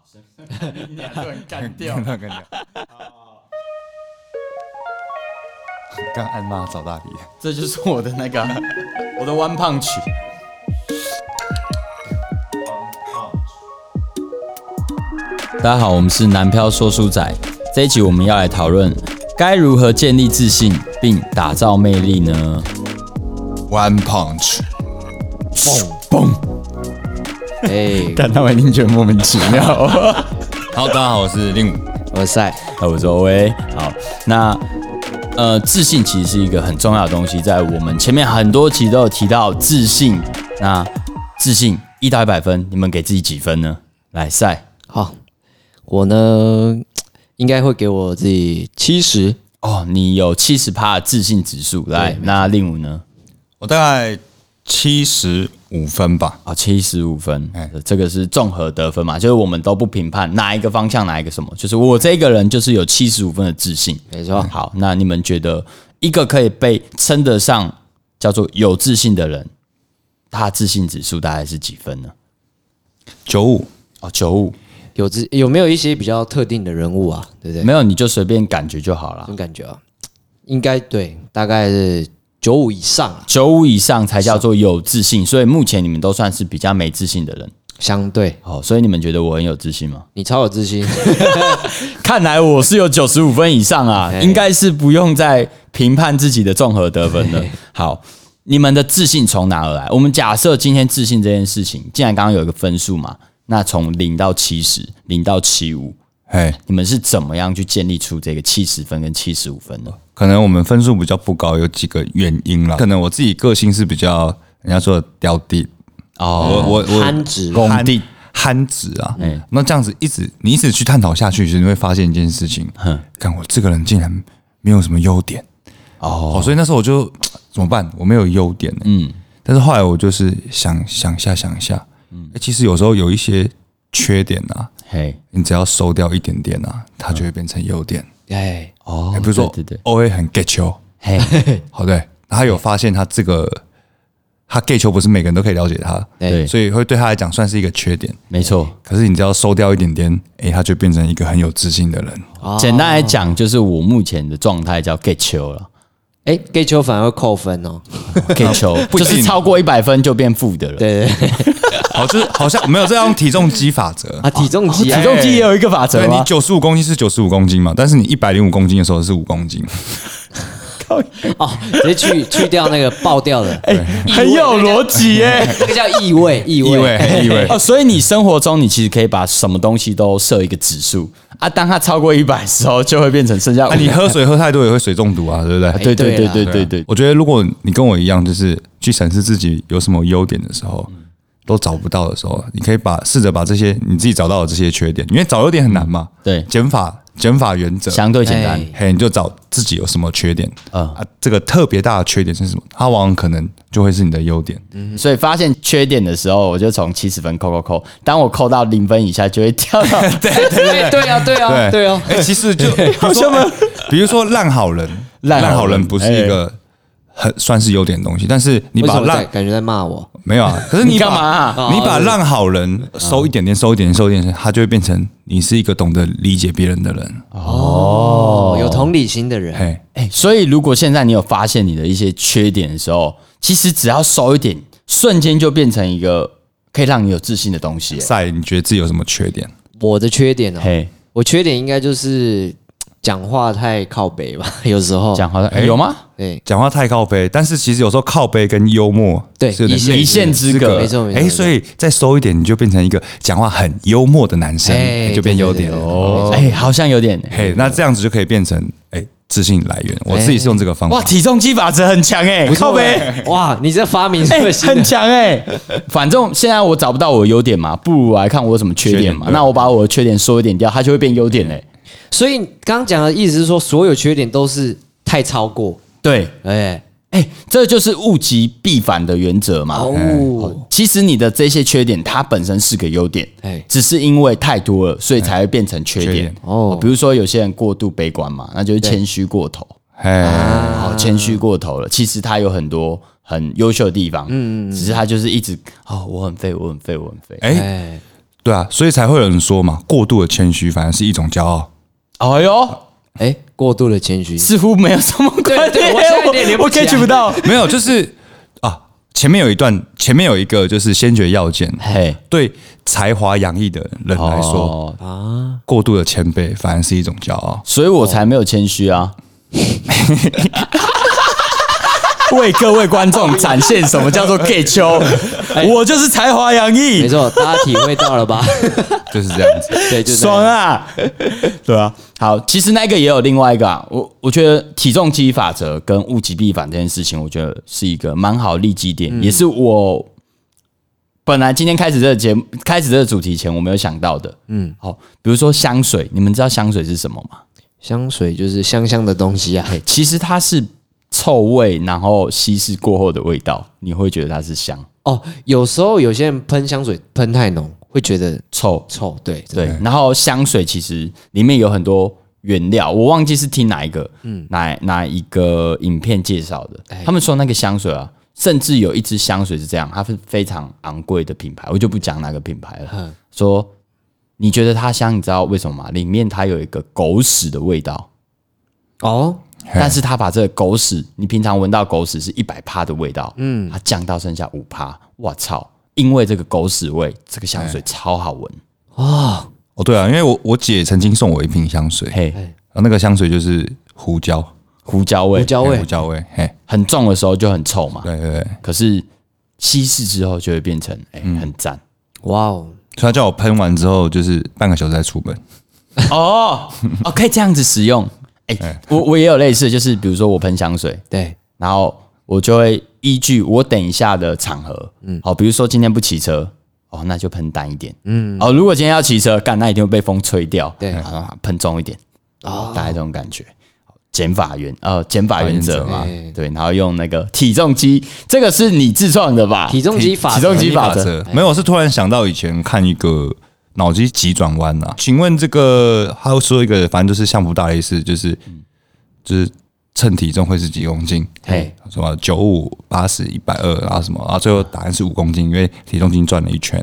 你俩都很干掉， 干掉。刚暗骂找大理， 这就是我的那个我的 One Punch。大家好，我们是南漂说书仔。这一集我们要来讨论该如何建立自信并打造魅力呢 One Punch， 嘣！但他们一定觉得莫名其妙。 好，大家好，我是令武， 我是赛， 我是欧威。好，那自信其实是一个很重要的东西，在我们前面很多集都有提到自信。那自信1到100分，你们给自己几分呢？来，赛。 好，我呢应该会给我自己70。 哦，你有70%的自信指数。来，那令武呢？ 我大概75分吧。 哦，75分。这个是综合得分嘛，就是我们都不评判哪一个方向，哪一个什么，就是我这个人就是有75分的自信。 没错。 好，那你们觉得一个可以被称得上叫做有自信的人，他的自信指数大概是几分呢 ？95。 哦，95。 有没有一些比较特定的人物啊？对不对？ 没有，你就随便感觉就好了。 什么感觉啊？应该对，大概是95以上啊。 95以上才叫做有自信，所以目前你们都算是比较没自信的人。 相对。 哦，所以你们觉得我很有自信吗？ 你超有自信。 看来我是有95分以上啊，应该是不用再评判自己的综合得分了。好，你们的自信从哪而来？我们假设今天自信这件事情，既然刚刚有一个分数嘛，那从0到70，0到75，你们是怎么样去建立出这个70分跟75分呢？ 可能我们分数比较不高，有几个原因啦。可能我自己个性是比较人家说的刁地哦， 我憨直憨直啊。那这样子你一直去探讨下去，你会发现一件事情，看我这个人竟然没有什么优点哦，所以那时候我就怎么办？我没有优点但是后来我就是想一下。其实有时候有一些缺点啊，你只要收掉一点点啊，它就会变成优点。比如说OA 很 get 球，好对，他有发现他get 球不是每个人都可以了解他，所以会对他来讲算是一个缺点。 没错， 可是你只要收掉一点点，他就变成一个很有自信的人。 简单来讲，就是我目前的状态叫 get 球了。 get 球反而会扣分哦。 get 球就是超过100分就变负的了。 对。 就是好像没有这样体重机法则啊，体重机也有一个法则吗？ 对，你95公斤是95公斤嘛，但是你105公斤的时候是5公斤。 哦，直接去掉那个爆掉的， 很有逻辑耶。 那个叫异味。 哦，所以你生活中你其实可以把什么东西都设一个指数啊，当它超过100的时候，就会变成剩下5。 你喝水喝太多也会水中毒啊，对不对？ 对。 我觉得如果你跟我一样，就是去审视自己有什么优点的时候，都找不到的时候，你可以试着把这些你自己找到的这些缺点，因为找优点很难嘛。 对， 减法原则相对简单。 你就找自己有什么缺点这个特别大的缺点是什么？它往往可能就会是你的优点。 所以发现缺点的时候，我就从70分扣。当我扣到0分以下，就会跳到对啊。 其实就比如说烂好人不是一个很算是优点的东西，但是你把感觉在骂我。 没有啊，可是你干嘛？ 你把烂好人收一点点，他就会变成你是一个懂得理解别人的人。 有同理心的人。 所以如果现在你有发现你的一些缺点的时候，其实只要收一点，瞬间就变成一个可以让你有自信的东西。 赛，你觉得自己有什么缺点？ 我的缺点我缺点应该就是讲话太靠北吧，有时候讲话有吗？ 讲话太靠北，但是其实有时候靠北跟幽默是一线之隔， 没错。 所以再收一点，你就变成一个讲话很幽默的男生，就变优点哦。好像有点。 那这样子就可以变成自信来源。我自己是用这个方法。 哇，体重机法则很强靠北。 哇，你这发明很强反正现在我找不到我的优点嘛，不如我来看我有什么缺点嘛。那我把我的缺点收一点掉，它就会变优点所以刚刚讲的意思是说，所有缺点都是太超过。 对，这就是物极必反的原则嘛。其实你的这些缺点，它本身是个优点，只是因为太多了，所以才会变成缺点。比如说有些人过度悲观嘛，那就是谦虚过头。谦虚过头了。其实他有很多很优秀的地方，只是他就是一直我很废。 对啊，所以才会有人说嘛，过度的谦虚反而是一种骄傲。 哎呦， 过度的谦虚似乎没有什么关联， 对我现在有点连不我起来 catch 不到。 没有，就是前面有一个就是先决要件， 嘿， 对才华洋溢的人来说，过度的谦卑反而是一种骄傲。 所以我才没有谦虚啊。为各位观众展现什么叫做 gay 秋，我就是才华洋溢， 没错，大家体会到了吧？ 就是这样子， 对，就是爽啊！对啊，好，其实那个也有另外一个啊，我觉得体重机法则跟物极必反这件事情，我觉得是一个蛮好的立基点，也是我本来今天开始这个节目、开始这个主题前我没有想到的。好，比如说香水，你们知道香水是什么吗？ 香水就是香香的东西啊。 其实它是臭味，然后稀释过后的味道，你会觉得它是香。 有时候有些人喷香水喷太浓，会觉得臭。 对对，然后香水其实里面有很多原料，我忘记是听哪一个哪一个影片介绍的，他们说那个香水啊，甚至有一支香水是这样，它是非常昂贵的品牌，我就不讲哪个品牌了。说你觉得它香，你知道为什么吗？里面它有一个狗屎的味道。但是他把这个狗屎，你平常闻到狗屎是100%的味道，它降到剩下5%。我操！因为这个狗屎味，这个香水超好闻。 对啊，因为我姐曾经送我一瓶香水，那个香水就是胡椒味， 很重的时候就很臭嘛。 对， 可是稀释之后就会变成很赞。 哇哦！ 所以他叫我喷完之后就是半个小时再出门。 可以这样子使用。我也有类似，就是比如说我喷香水， 对， 然后我就会依据我等一下的场合，好，比如说今天不骑车，那就喷淡一点，如果今天要骑车，那一定会被风吹掉， 对， 喷重一点，大概这种感觉。减法原则嘛，对，然后用那个体重机，这个是你自创的吧？ 体重机法则没有，我是突然想到以前看一个脑筋急转弯啊，请问这个他又说一个，反正就是相扑大类似，就是称体重会是几公斤？什么95、80、120，然后什么，然后最后答案是5公斤，因为体重机转了一圈。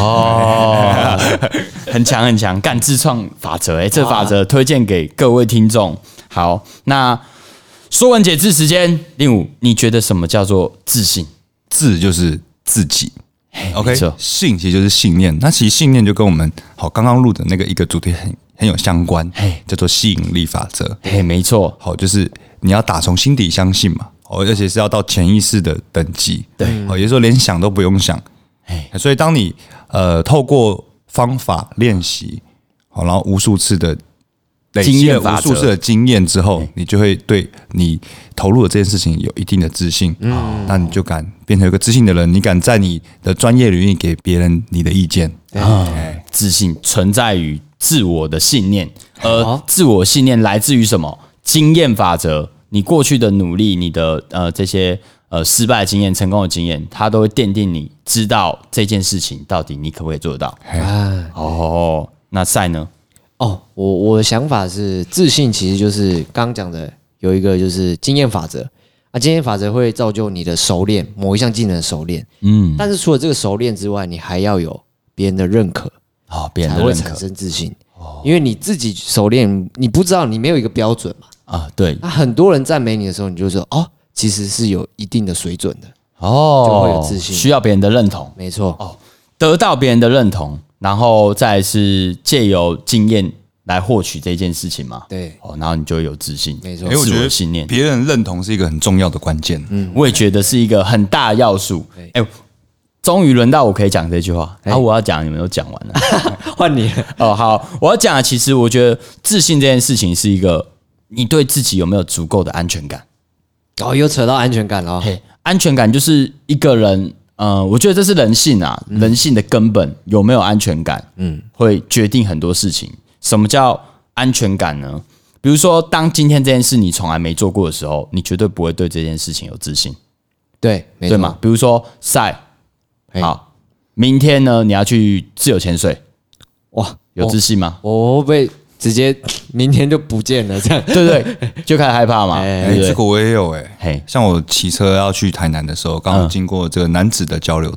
很强，干自创法则，这法则推荐给各位听众。好，那说文解字时间，令武，你觉得什么叫做自信？ 自就是自己。OK， 信其实就是信念，那其实信念就跟我们刚刚录的那个一个主题很有相关，叫做吸引力法则。 没错， 就是你要打从心底相信嘛，而且是要到潜意识的等级，对，也就是说连想都不用想。所以当你透过方法练习，然后无数次的累积了无数次的经验之后，你就会对你投入的这件事情有一定的自信。那你就敢变成一个自信的人，你敢在你的专业领域给别人你的意见。 自信存在于自我的信念，而自我信念来自于什么？经验法则。你过去的努力，你的这些失败的经验、成功的经验，它都会奠定你知道这件事情到底你可不可以做得到。那赛呢？ 我的想法是，自信其实就是刚刚讲的有一个就是经验法则经验法则会造就你的熟练，某一项技能的熟练。但是除了这个熟练之外，你还要有别人的认可， 别人的认可才会产生自信。因为你自己熟练，你不知道，你没有一个标准嘛。 对。 那很多人赞美你的时候，你就说其实是有一定的水准的，就会有自信。 需要别人的认同， 没错。 得到别人的认同，然后再是借由经验来获取这件事情嘛。 对。 然后你就会有自信。 没错。 我觉得信念，别人认同是一个很重要的关键。 我也觉得是一个很大的要素。终于轮到我可以讲这句话。我要讲，你们都讲完了， 换你了。 好，我要讲的，其实我觉得自信这件事情是一个，你对自己有没有足够的安全感？ 又扯到安全感了。 安全感就是一个人，我觉得这是人性啊，人性的根本，有没有安全感，会决定很多事情。什么叫安全感呢？比如说，当今天这件事你从来没做过的时候，你绝对不会对这件事情有自信。 对，没错。 对吗？比如说赛，好，明天呢你要去自由潜水，有自信吗？ 我会不会直接明天就不见了？这样对不对？就开始害怕嘛。 这个我也有像我骑车要去台南的时候，刚好经过这个楠梓的交流道。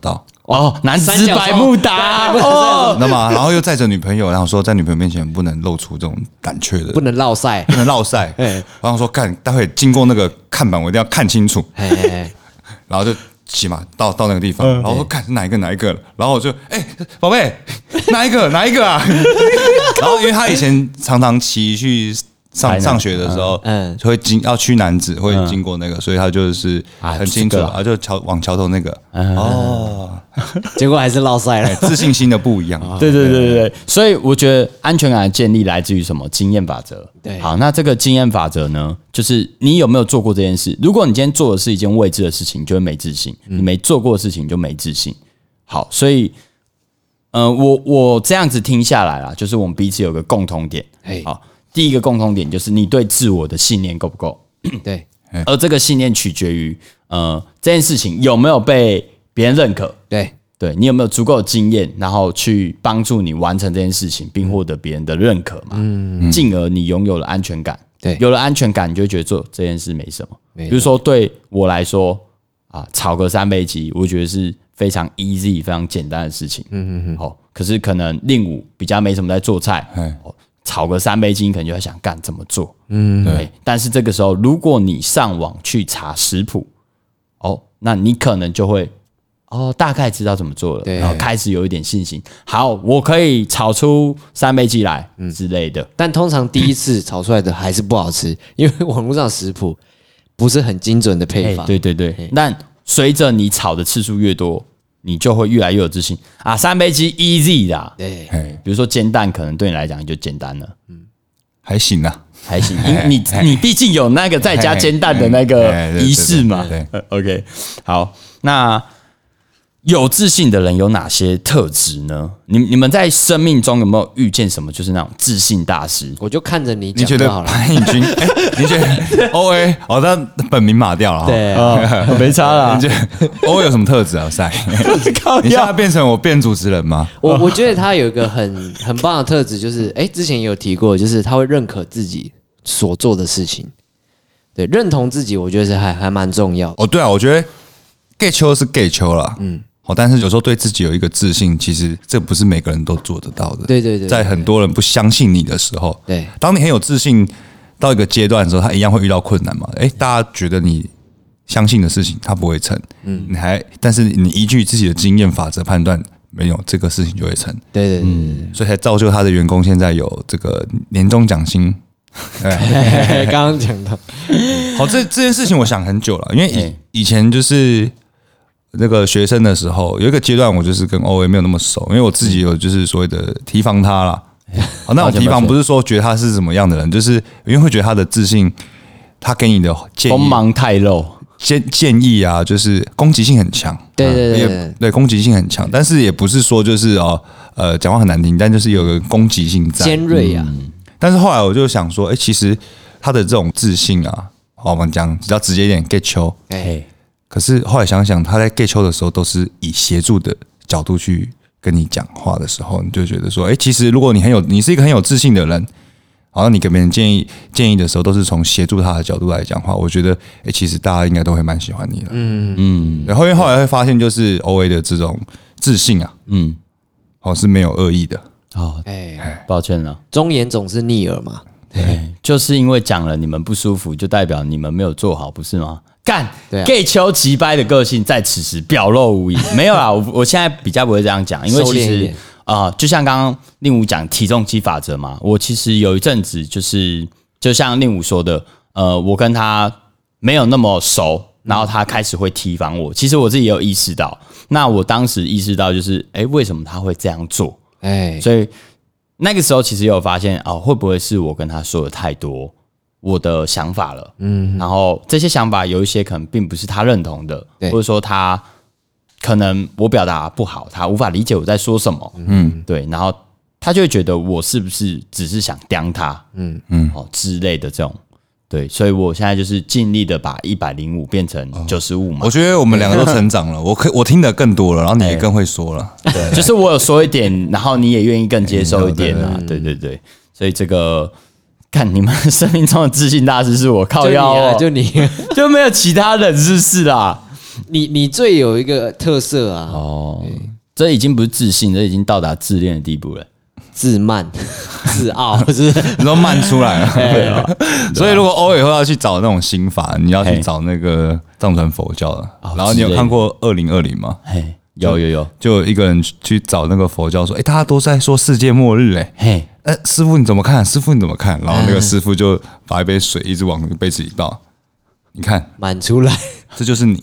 男子百慕达哦， 那么然后又载着女朋友，然后说在女朋友面前不能露出这种胆怯的， 不能落赛， 不能落赛，然后说干，待会经过那个看板我一定要看清楚，然后就骑马到那个地方，然后说看是哪一个，然后我就宝贝哪一个啊，然后因为他以前常常骑去上学的时候，就会要去南子，会经过那个，所以他就是很清楚，就往桥头那个， 结果还是落赛了， 自信心的不一样。 对，所以我觉得安全感的建立来自于什么？经验法则。 对， 好，那这个经验法则呢，就是你有没有做过这件事？如果你今天做的是一件未知的事情，你就会没自信；你没做过的事情，你就没自信。好，所以，我这样子听下来啦，就是我们彼此有个共同点。好。第一个共同点就是你对自我的信念够不够？ 对， 而这个信念取决于这件事情有没有被别人认可。对，你有没有足够的经验，然后去帮助你完成这件事情，并获得别人的认可嘛？进而你拥有了安全感。 对， 有了安全感，你就会觉得做这件事没什么。比如说对我来说炒个3杯鸡，我觉得是非常 easy、非常简单的事情。好，可是可能令武比较没什么在做菜。炒个3杯鸡，可能就会想干怎么做，对。但是这个时候，如果你上网去查食谱，那你可能就会大概知道怎么做了，然后开始有一点信心。好，我可以炒出3杯鸡来之类的。 但通常第一次炒出来的还是不好吃，因为网络上食谱不是很精准的配法。 对。但随着你炒的次数越多，你就会越来越有自信3杯鸡 easy 的。 对， 比如说煎蛋，可能对你来讲就简单了， 还行啊， 还行。你毕竟有那个在家煎蛋的那个仪式嘛。OK， 好，那有自信的人有哪些特质呢？你们在生命中有没有遇见什么就是那种自信大师？ 我就看着你讲就好了。潘颖君，你觉得 OA 他本名码掉了， 对， 没差啦。 你觉得 OA 有什么特质啊？赛，你现在变成我变主持人吗？ 我觉得他有一个很棒的特质，就是之前也有提过，就是他会认可自己所做的事情，对，认同自己，我觉得是还蛮重要的。 对啊，我觉得 gay 秋是 gay 秋啦，但是有时候对自己有一个自信，其实这不是每个人都做得到的。 对， 在很多人不相信你的时候， 对， 当你很有自信到一个阶段的时候，他一样会遇到困难嘛。大家觉得你相信的事情，他不会成，但是你依据自己的经验法则判断，没有这个事情就会成。 对， 所以才造就他的员工现在有这个年终奖金。 刚刚讲到， 好，这件事情我想很久了，因为以前就是那个学生的时候，有一个阶段我就是跟 OA 没有那么熟，因为我自己有就是所谓的提防他啦。好，那我提防不是说觉得他是什么样的人，就是因为会觉得他的自信，他给你的建议锋芒太露， 建议啊，就是攻击性很强。对，攻击性很强，但是也不是说就是讲话很难听，但就是有个攻击性在， 尖锐啊。 但是后来我就想说，其实他的这种自信啊，我们讲比较直接一点 ，get 球。可是后来想想，他在 get 球的时候，都是以协助的角度去跟你讲话的时候，你就觉得说，其实如果你是一个很有自信的人，好像你给别人建议的时候，都是从协助他的角度来讲话，我觉得，其实大家应该都会蛮喜欢你的。然后因为后来会发现，就是 OA 的这种自信啊，是没有恶意的。 抱歉了， 忠言总是逆耳嘛。 对，就是因为讲了你们不舒服，就代表你们没有做好，不是吗？干，gay 秋急掰的个性在此时表露无遗。没有啦，我现在比较不会这样讲，因为其实就像刚刚令武讲体重机法则嘛，我其实有一阵子就像令武说的，我跟他没有那么熟，然后他开始会提防我，其实我自己也有意识到。那我当时意识到就是，为什么他会这样做？所以那个时候其实有发现会不会是我跟他说的太多我的想法了？然后这些想法有一些可能并不是他认同的，或者说他可能我表达不好，他无法理解我在说什么。对，然后他就会觉得我是不是只是想刁他，之类的这种。对，所以我现在就是尽力的把105变成95嘛。 我觉得我们两个都成长了，我听得更多了，然后你也更会说了。 对，就是我有说一点，然后你也愿意更接受一点啊。对，所以这个看你们生命中的自信大师是我靠腰， 就你就没有其他人是不是啦？ 你最有一个特色啊。 哦，这已经不是自信，这已经到达自恋的地步了。 自慢、自傲，是你都慢出来了。所以如果偶尔以后要去找那种心法，你要去找那个藏传佛教的。然后你有看过2020吗？ 有， 就有一个人去找那个佛教说，大家都在说世界末日，师傅你怎么看？师傅你怎么看？然后那个师傅就把一杯水一直往杯子里倒，你看满出来， 这就是你。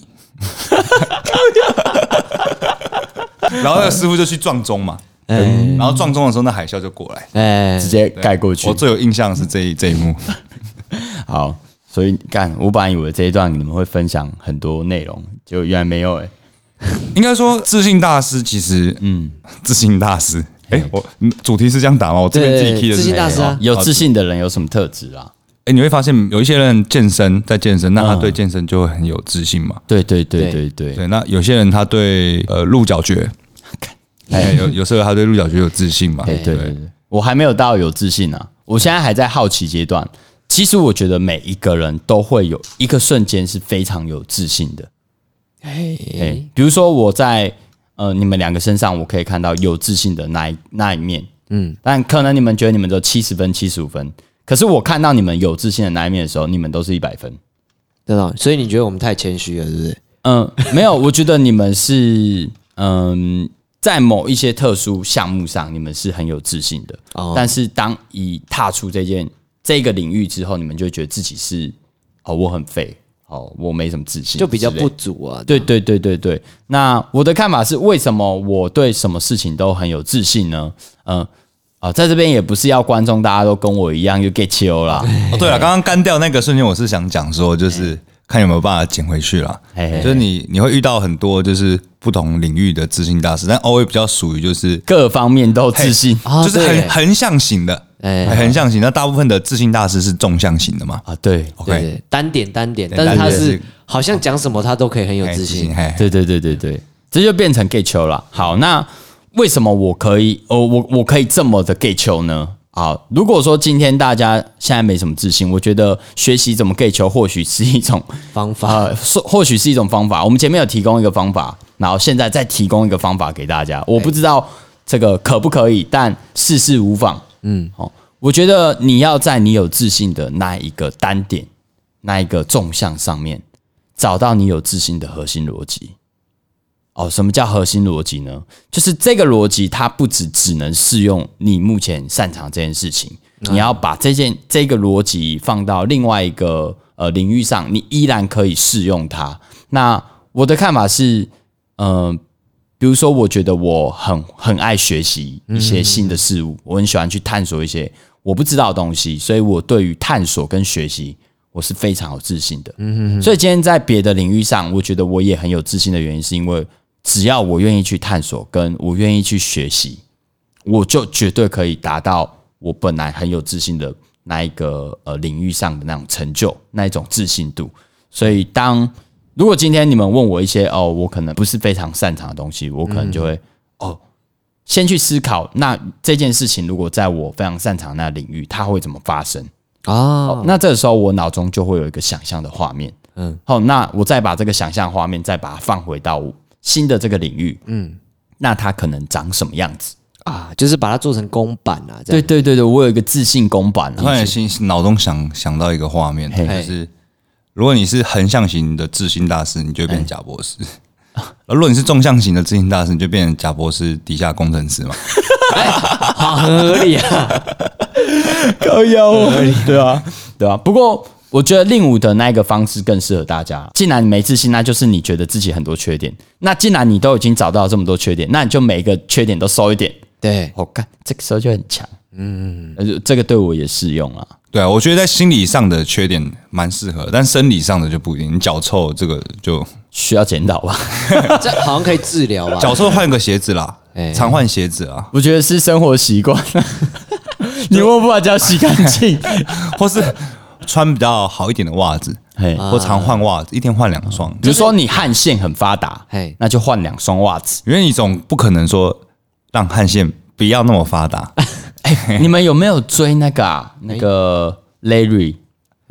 然后那个师傅就去撞钟嘛。然后撞钟的时候，那海啸就过来， 直接盖过去。 我最有印象的是这一幕。 好，所以我本来以为这一段你们会分享很多内容，结果原来没有。 应该说自信大师其实，自信大师，我主题是这样打吗？我这边自己 key 的是自信大师啊。 有自信的人有什么特质啊？ 你会发现有一些人在健身，那他对健身就会很有自信嘛。 对， 那有些人他对鹿角蕨。有时候他对鹿角蕨有自信嘛？ 对，我还没有到有自信啊，我现在还在好奇阶段。其实我觉得每一个人都会有一个瞬间是非常有自信的。比如说我在你们两个身上，我可以看到有自信的那一面。但可能你们觉得你们都70分、75分，可是我看到你们有自信的那一面的时候，你们都是100分。 对吧？所以你觉得我们太谦虚了，是不是？ 没有，我觉得你们是在某一些特殊项目上，你们是很有自信的。但是当一踏出这个领域之后，你们就会觉得自己是我很废，我没什么自信， 就比较不足啊。 对。那我的看法是，为什么我对什么事情都很有自信呢？在这边也不是要观众大家都跟我一样就 get 球啦。 对了，刚刚干掉那个瞬间，我是想讲说，就是看有没有办法捡回去啦。就是你会遇到很多就是不同领域的自信大师，但偶尔比较属于就是各方面都自信， 就是横向型的。横向型，那大部分的自信大师是纵向型的嘛？ 对 ，OK， 单点，但是他是好像讲什么他都可以很有自信。 对，这就变成 get 球了。好，那为什么我可以这么的 get 球呢？好，如果说今天大家现在没什么自信，我觉得学习怎么 get 球或许是一种方法， 或许是一种方法。我们前面有提供一个方法，然后现在再提供一个方法给大家。我不知道这个可不可以，但试试无妨。我觉得你要在你有自信的那一个单点、那一个纵向上面，找到你有自信的核心逻辑。什么叫核心逻辑呢？就是这个逻辑，它不只能适用你目前擅长这件事情，你要把这个逻辑放到另外一个领域上，你依然可以适用它。那我的看法是，比如说，我觉得我很爱学习一些新的事物，我很喜欢去探索一些我不知道的东西，所以我对于探索跟学习，我是非常有自信的。所以今天在别的领域上，我觉得我也很有自信的原因，是因为只要我愿意去探索，跟我愿意去学习，我就绝对可以达到我本来很有自信的那一个领域上的那种成就，那一种自信度。所以如果今天你们问我一些我可能不是非常擅长的东西，我可能就会先去思考，那这件事情如果在我非常擅长的那领域，它会怎么发生那这个时候我脑中就会有一个想象的画面。那我再把这个想象画面再把它放回到新的这个领域，那它可能长什么样子啊？就是把它做成公版啊。 对，我有一个自信公版。 突然脑中想到一个画面，就是如果你是横向型的自信大师，你就会变成贾博士；如果你是纵向型的自信大师，你就变成贾博士底下工程师嘛。 好合理啊， 高腰对啊。不过我觉得令武的那个方式更适合大家。既然你没自信，那就是你觉得自己很多缺点。那既然你都已经找到这么多缺点，那你就每一个缺点都收一点。 对， 干这个时候就很强。这个对我也适用啊。 对啊，我觉得在心理上的缺点蛮适合，但生理上的就不一定。你脚臭这个就需要检讨吧。 这好像可以治疗吧？ 脚臭换个鞋子啦，常换鞋子啊。 我觉得是生活习惯。你会不把脚洗干净， 或是穿比较好一点的袜子，或常换袜子，一天换2双。 比如说你汗腺很发达，那就换2双袜子， 因为你总不可能说让汗腺不要那么发达。 你们有没有追那个Larry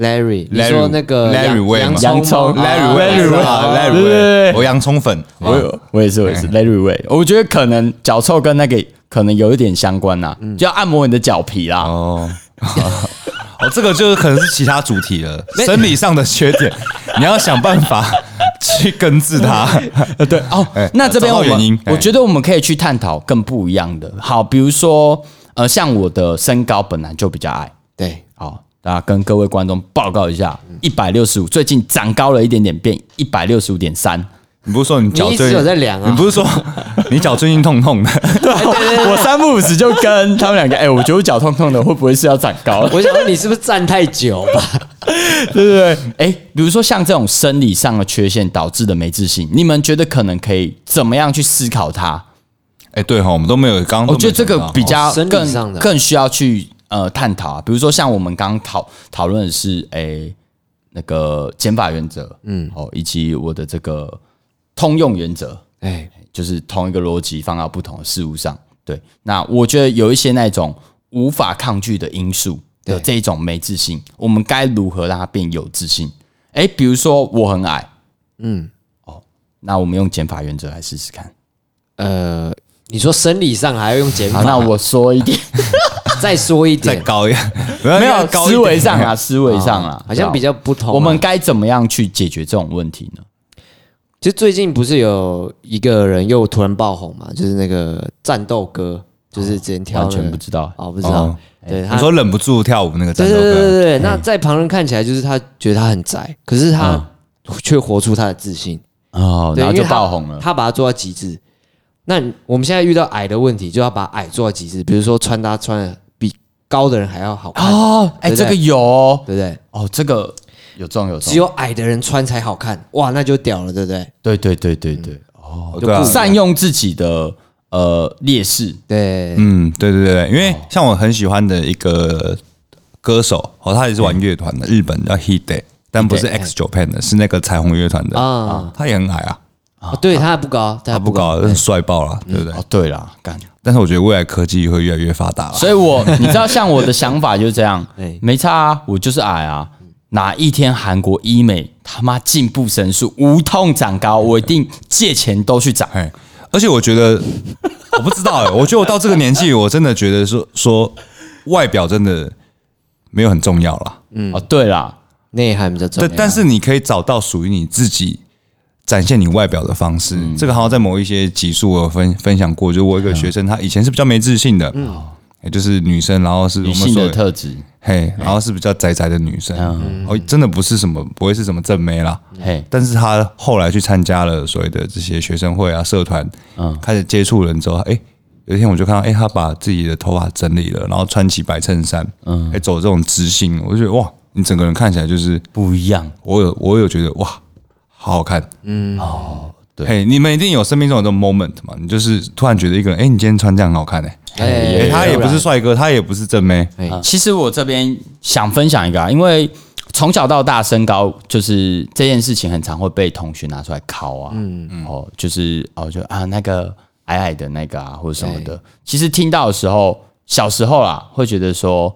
Larry， 你说那个 Larry Way 吗洋葱 ，Larry Way，Larry Way， 我洋葱粉， 我也是 Larry Way， 我觉得可能脚臭跟那个可能有一点相关啦，就要按摩你的脚皮啦。 哦，这个就是可能是其他主题了，生理上的缺点，你要想办法去根治它。 对哦，那这边我觉得我们可以去探讨更不一样的。好，比如说像我的身高本来就比较矮， 对， 好，大家跟各位观众报告一下，165，最近长高了一点点，变165.3。 你不是说你脚最近有在量啊？ 你不是说你脚最近痛痛的？ 对，我3不5时就跟他们两个，我觉得我脚痛痛的，会不会是要长高？ 我想说你是不是站太久吧？ 对，比如说像这种生理上的缺陷导致的没自信，你们觉得可能可以怎么样去思考它？ 对哈，我们都没有刚， 我觉得这个比较更需要去探讨啊。比如说像我们刚讨论的是那个减法原则，以及我的这个通用原则，就是同一个逻辑放到不同的事物上。对，那我觉得有一些那种无法抗拒的因素的这种没自信，我们该如何让它变有自信？比如说我很矮，那我们用减法原则来试试看。 你说生理上还要用减法？ 那我说一点， 再说一点， 再高一点， 没有思维上啊，思维上啊， 好像比较不同。 我们该怎么样去解决这种问题呢？ 其实最近不是有一个人又突然爆红嘛，就是那个战斗哥，就是之前跳完全不知道不知道。对， 你说忍不住跳舞那个战斗哥， 对。那在旁人看起来就是他觉得他很宅，可是他却活出他的自信然后就爆红了。 他把它做到极致。那我们现在遇到矮的问题，就要把矮做到极致，比如说穿搭穿的比高的人还要好看这个有， 对不对？ 这个有中， 只有矮的人穿才好看，哇，那就屌了，对不对？ 对， 对， 善用自己的劣势， 对， 对，因为像我很喜欢的一个歌手，他也是玩乐团的，日本叫 Hide， 但不是 X Japan 的，是那个彩虹乐团的他也很矮啊。 对，他不高， 他不高，很帅爆了，对不对？ 对啦， 但是我觉得未来科技会越来越发达了， 所以你知道，像我的想法就是这样，没差啊，我就是矮啊。哪一天韩国医美他妈进步神速，无痛长高，我一定借钱都去长。 而且我觉得，我不知道我觉得我到这个年纪，我真的觉得说外表真的没有很重要啦。 对啦， 内涵比较重要。 但是你可以找到属于你自己展现你外表的方式。这个好像在某一些集数我有分享过，就我一个学生，他以前是比较没自信的，就是女生，然后是我们女性的特质， 然后是比较宅宅的女生，真的不会是什么正妹啦，但是她后来去参加了所谓的这些学生会啊、社团，开始接触人之后，有一天我就看到，她把自己的头发整理了，然后穿起白衬衫，走这种直性，我就觉得哇，你整个人看起来就是不一样。 我有觉得哇，好好看，对，你们一定有生命中有这种 moment 嘛？你就是突然觉得一个人，你今天穿这样很好看他也不是帅哥，他也不是正妹。 其实我这边想分享一个因为从小到大身高就是这件事情，很常会被同学拿出来考啊。就是就那个矮矮的那个或者什么的。其实听到的时候，小时候啦，会觉得说，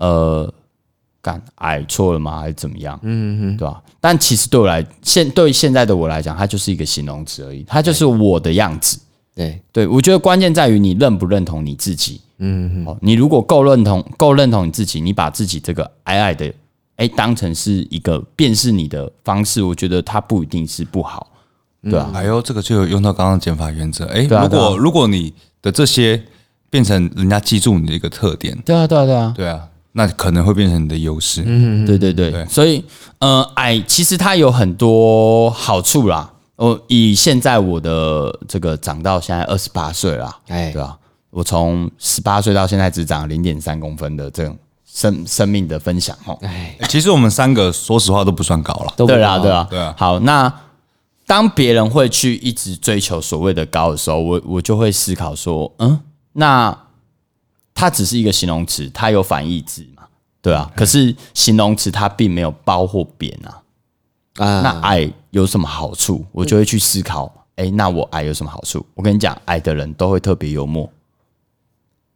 矮错了吗？还是怎么样？对吧？但其实对现在的我来讲，它就是一个形容词而已，它就是我的样子。对，我觉得关键在于你认不认同你自己。你如果够认同你自己，你把自己这个矮矮的当成是一个辨识你的方式，我觉得它不一定是不好。对啊， 这个就有用到刚刚减法原则。如果你的这些变成人家记住你的一个特点， 对啊。 那可能会变成你的优势。 对，所以矮其实它有很多好处啦。以现在我的这个长到现在28岁啦，对吧？我从18岁到现在只长0.3公分的这种生命的分享其实我们3个说实话都不算高了。 对啊。好，那当别人会去一直追求所谓的高的时候，我就会思考说，那它只是一个形容词，它有反义词嘛？对啊。可是形容词它并没有褒或贬啊。那矮有什么好处？我就会去思考，那我矮有什么好处？我跟你讲，矮的人都会特别幽默。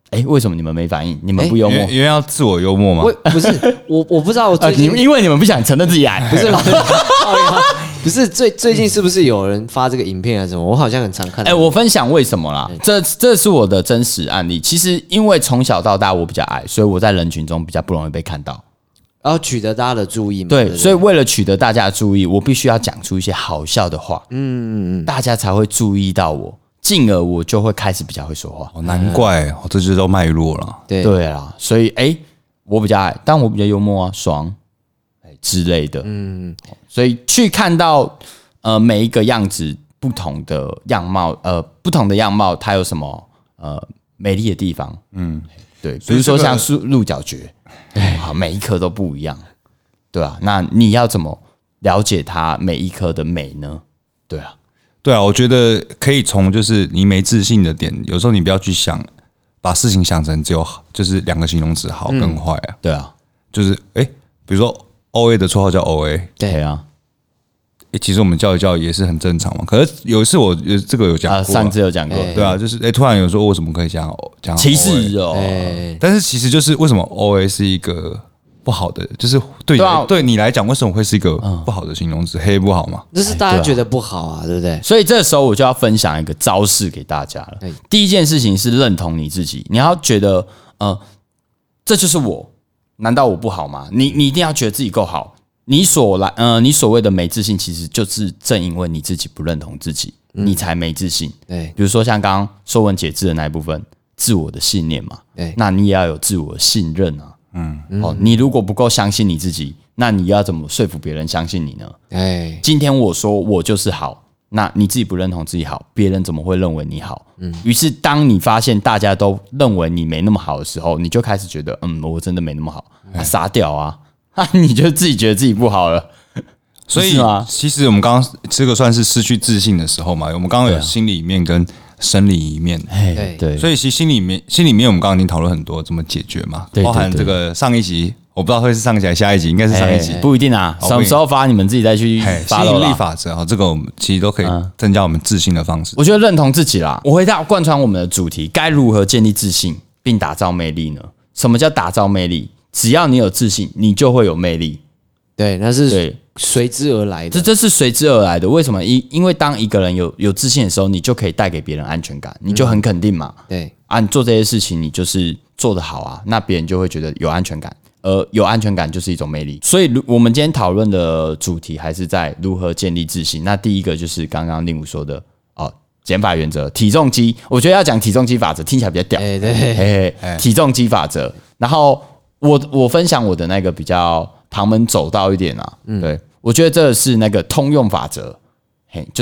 为什么你们没反应？你们不幽默？ 因为要自我幽默吗？ 不是我不知道我最近因为你们不想承认自己矮， 不是啦，不是最近是不是有人发这个影片还是什么？我好像很常看到。 我分享为什么啦，这是我的真实案例。其实因为从小到大我比较矮，所以我在人群中比较不容易被看到。 然后取得大家的注意嘛。 对，所以为了取得大家的注意，我必须要讲出一些好笑的话，大家才会注意到我，进而我就会开始比较会说话。 难怪，这就是都脉络了。 对啦，所以我比较矮，但我比较幽默啊，爽之类的。所以去看到每一个样子不同的样貌，它有什么美丽的地方？对，比如说像鹿角蕨。好，每一颗都不一样，对啊，那你要怎么了解它每一颗的美呢？对啊， 我觉得可以从就是你没自信的点，有时候你不要去想，把事情想成只有就是2个形容词，好跟坏啊。 对啊， 就是比如说 OA 的绰号叫 OA， 对啊。 其实我们叫一叫也是很正常嘛。可是有一次我这个有讲过， 上次有讲过， 对啊，就是突然有说为什么可以讲歧视哦？ 但是其实就是为什么 OA 是一个不好的，就是对你来讲为什么会是一个不好的形容词？黑不好嘛？ 这是大家觉得不好啊，对不对？ 所以这时候我就要分享一个招式给大家了。第一件事情是认同你自己，你要觉得这就是我，难道我不好吗？你一定要觉得自己够好。你所谓的没自信，其实就是正因为你自己不认同自己，你才没自信。 对， 比如说像刚刚说文解字的那一部分，自我的信念嘛， 对， 那你也要有自我的信任啊。你如果不够相信你自己，那你要怎么说服别人相信你呢？今天我说我就是好，那你自己不认同自己好，别人怎么会认为你好？于是当你发现大家都认为你没那么好的时候，你就开始觉得，我真的没那么好，傻屌啊！你就自己觉得自己不好了， 所以其实我们刚刚这个算是失去自信的时候嘛。我们刚刚有心里面跟生理面， 对， 所以其实心里面我们刚刚已经讨论很多怎么解决嘛，包含这个上一集，我不知道会是上一集还是下一集，应该是上一集， 不一定啊，什么时候发你们自己再去发吸引力法则这个我们其实都可以增加我们自信的方式。 我觉得认同自己啦，我会贯穿我们的主题，该如何建立自信并打造魅力呢？什么叫打造魅力？只要你有自信，你就会有魅力。 对，那是随之而来的。 这是随之而来的。为什么？因为当一个人有自信的时候，你就可以带给别人安全感，你就很肯定嘛。 对啊，你做这些事情，你就是做得好啊，那别人就会觉得有安全感，而有安全感就是一种魅力。所以，我们今天讨论的主题还是在如何建立自信。那第一个就是刚刚令武说的减法原则、体重机。我觉得要讲体重机法则，听起来比较屌。 对， 体重机法则。然后我分享我的那个比较旁门左道一点啊，对，我觉得这是那个通用法则，就是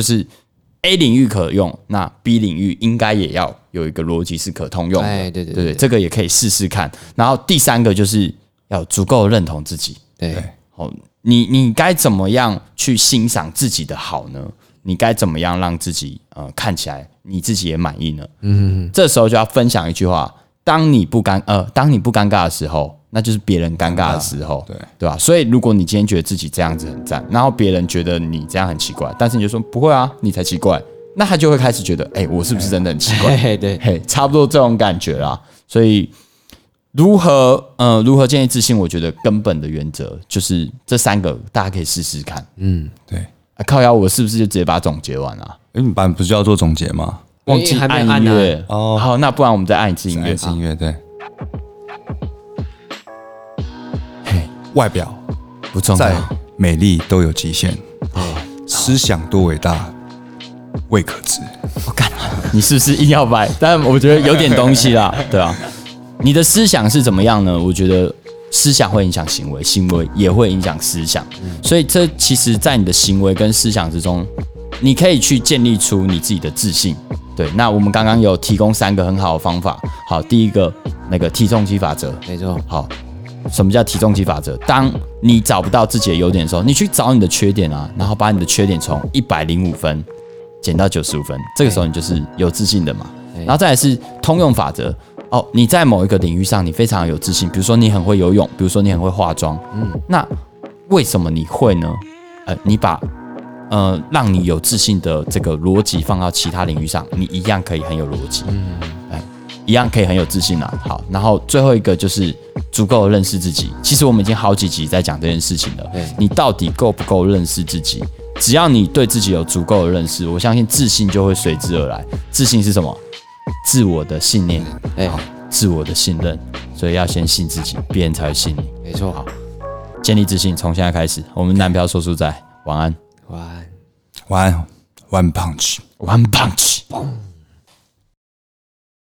A 领域可用，那 B 领域应该也要有一个逻辑是可通用的，对，这个也可以试试看。然后第三个就是要足够认同自己， 对， 你该怎么样去欣赏自己的好呢？你该怎么样让自己看起来你自己也满意呢？这时候就要分享一句话。当你不尴尬的时候，那就是别人尴尬的时候，对吧？所以如果你今天觉得自己这样子很赞，然后别人觉得你这样很奇怪，但是你就说不会啊，你才奇怪，那他就会开始觉得，我是不是真的很奇怪？对，差不多这种感觉啦。所以如何建立自信，我觉得根本的原则就是这3个，大家可以试试看。 对。 靠腰，我是不是就直接把它总结完了？ 你班不是要做总结吗？ 忘记按音乐哦，好，那不然我们再按一次音乐。 音乐对。外表不重要， 在美丽都有极限。思想多伟大，未可知。 我干，你是不是硬要掰？但我觉得有点东西啦，对啊。你的思想是怎么样呢？我觉得思想会影响行为，行为也会影响思想。所以这其实，在你的行为跟思想之中，你可以去建立出你自己的自信。对，那我们刚刚有提供3个很好的方法。好，第一个那个体重机法则， 没错。 好，什么叫体重机法则？当你找不到自己的优点的时候，你去找你的缺点啊，然后把你的缺点从105分减到95分，这个时候你就是有自信的嘛。然后再来是通用法则。你在某一个领域上你非常有自信，比如说你很会游泳，比如说你很会化妆，那为什么你会呢？你把让你有自信的这个逻辑放到其他领域上，你一样可以很有逻辑。 一样可以很有自信啦。好，然后最后一个就是足够认识自己。其实我们已经好几集在讲这件事情了。你到底够不够认识自己？只要你对自己有足够的认识，我相信自信就会随之而来。自信是什么？自我的信念，自我的信任。所以要先信自己，别人才会信你。 没错。好， 建立自信，从现在开始。我们男票说书仔，晚安， 晚安，One Punch。 One Punch。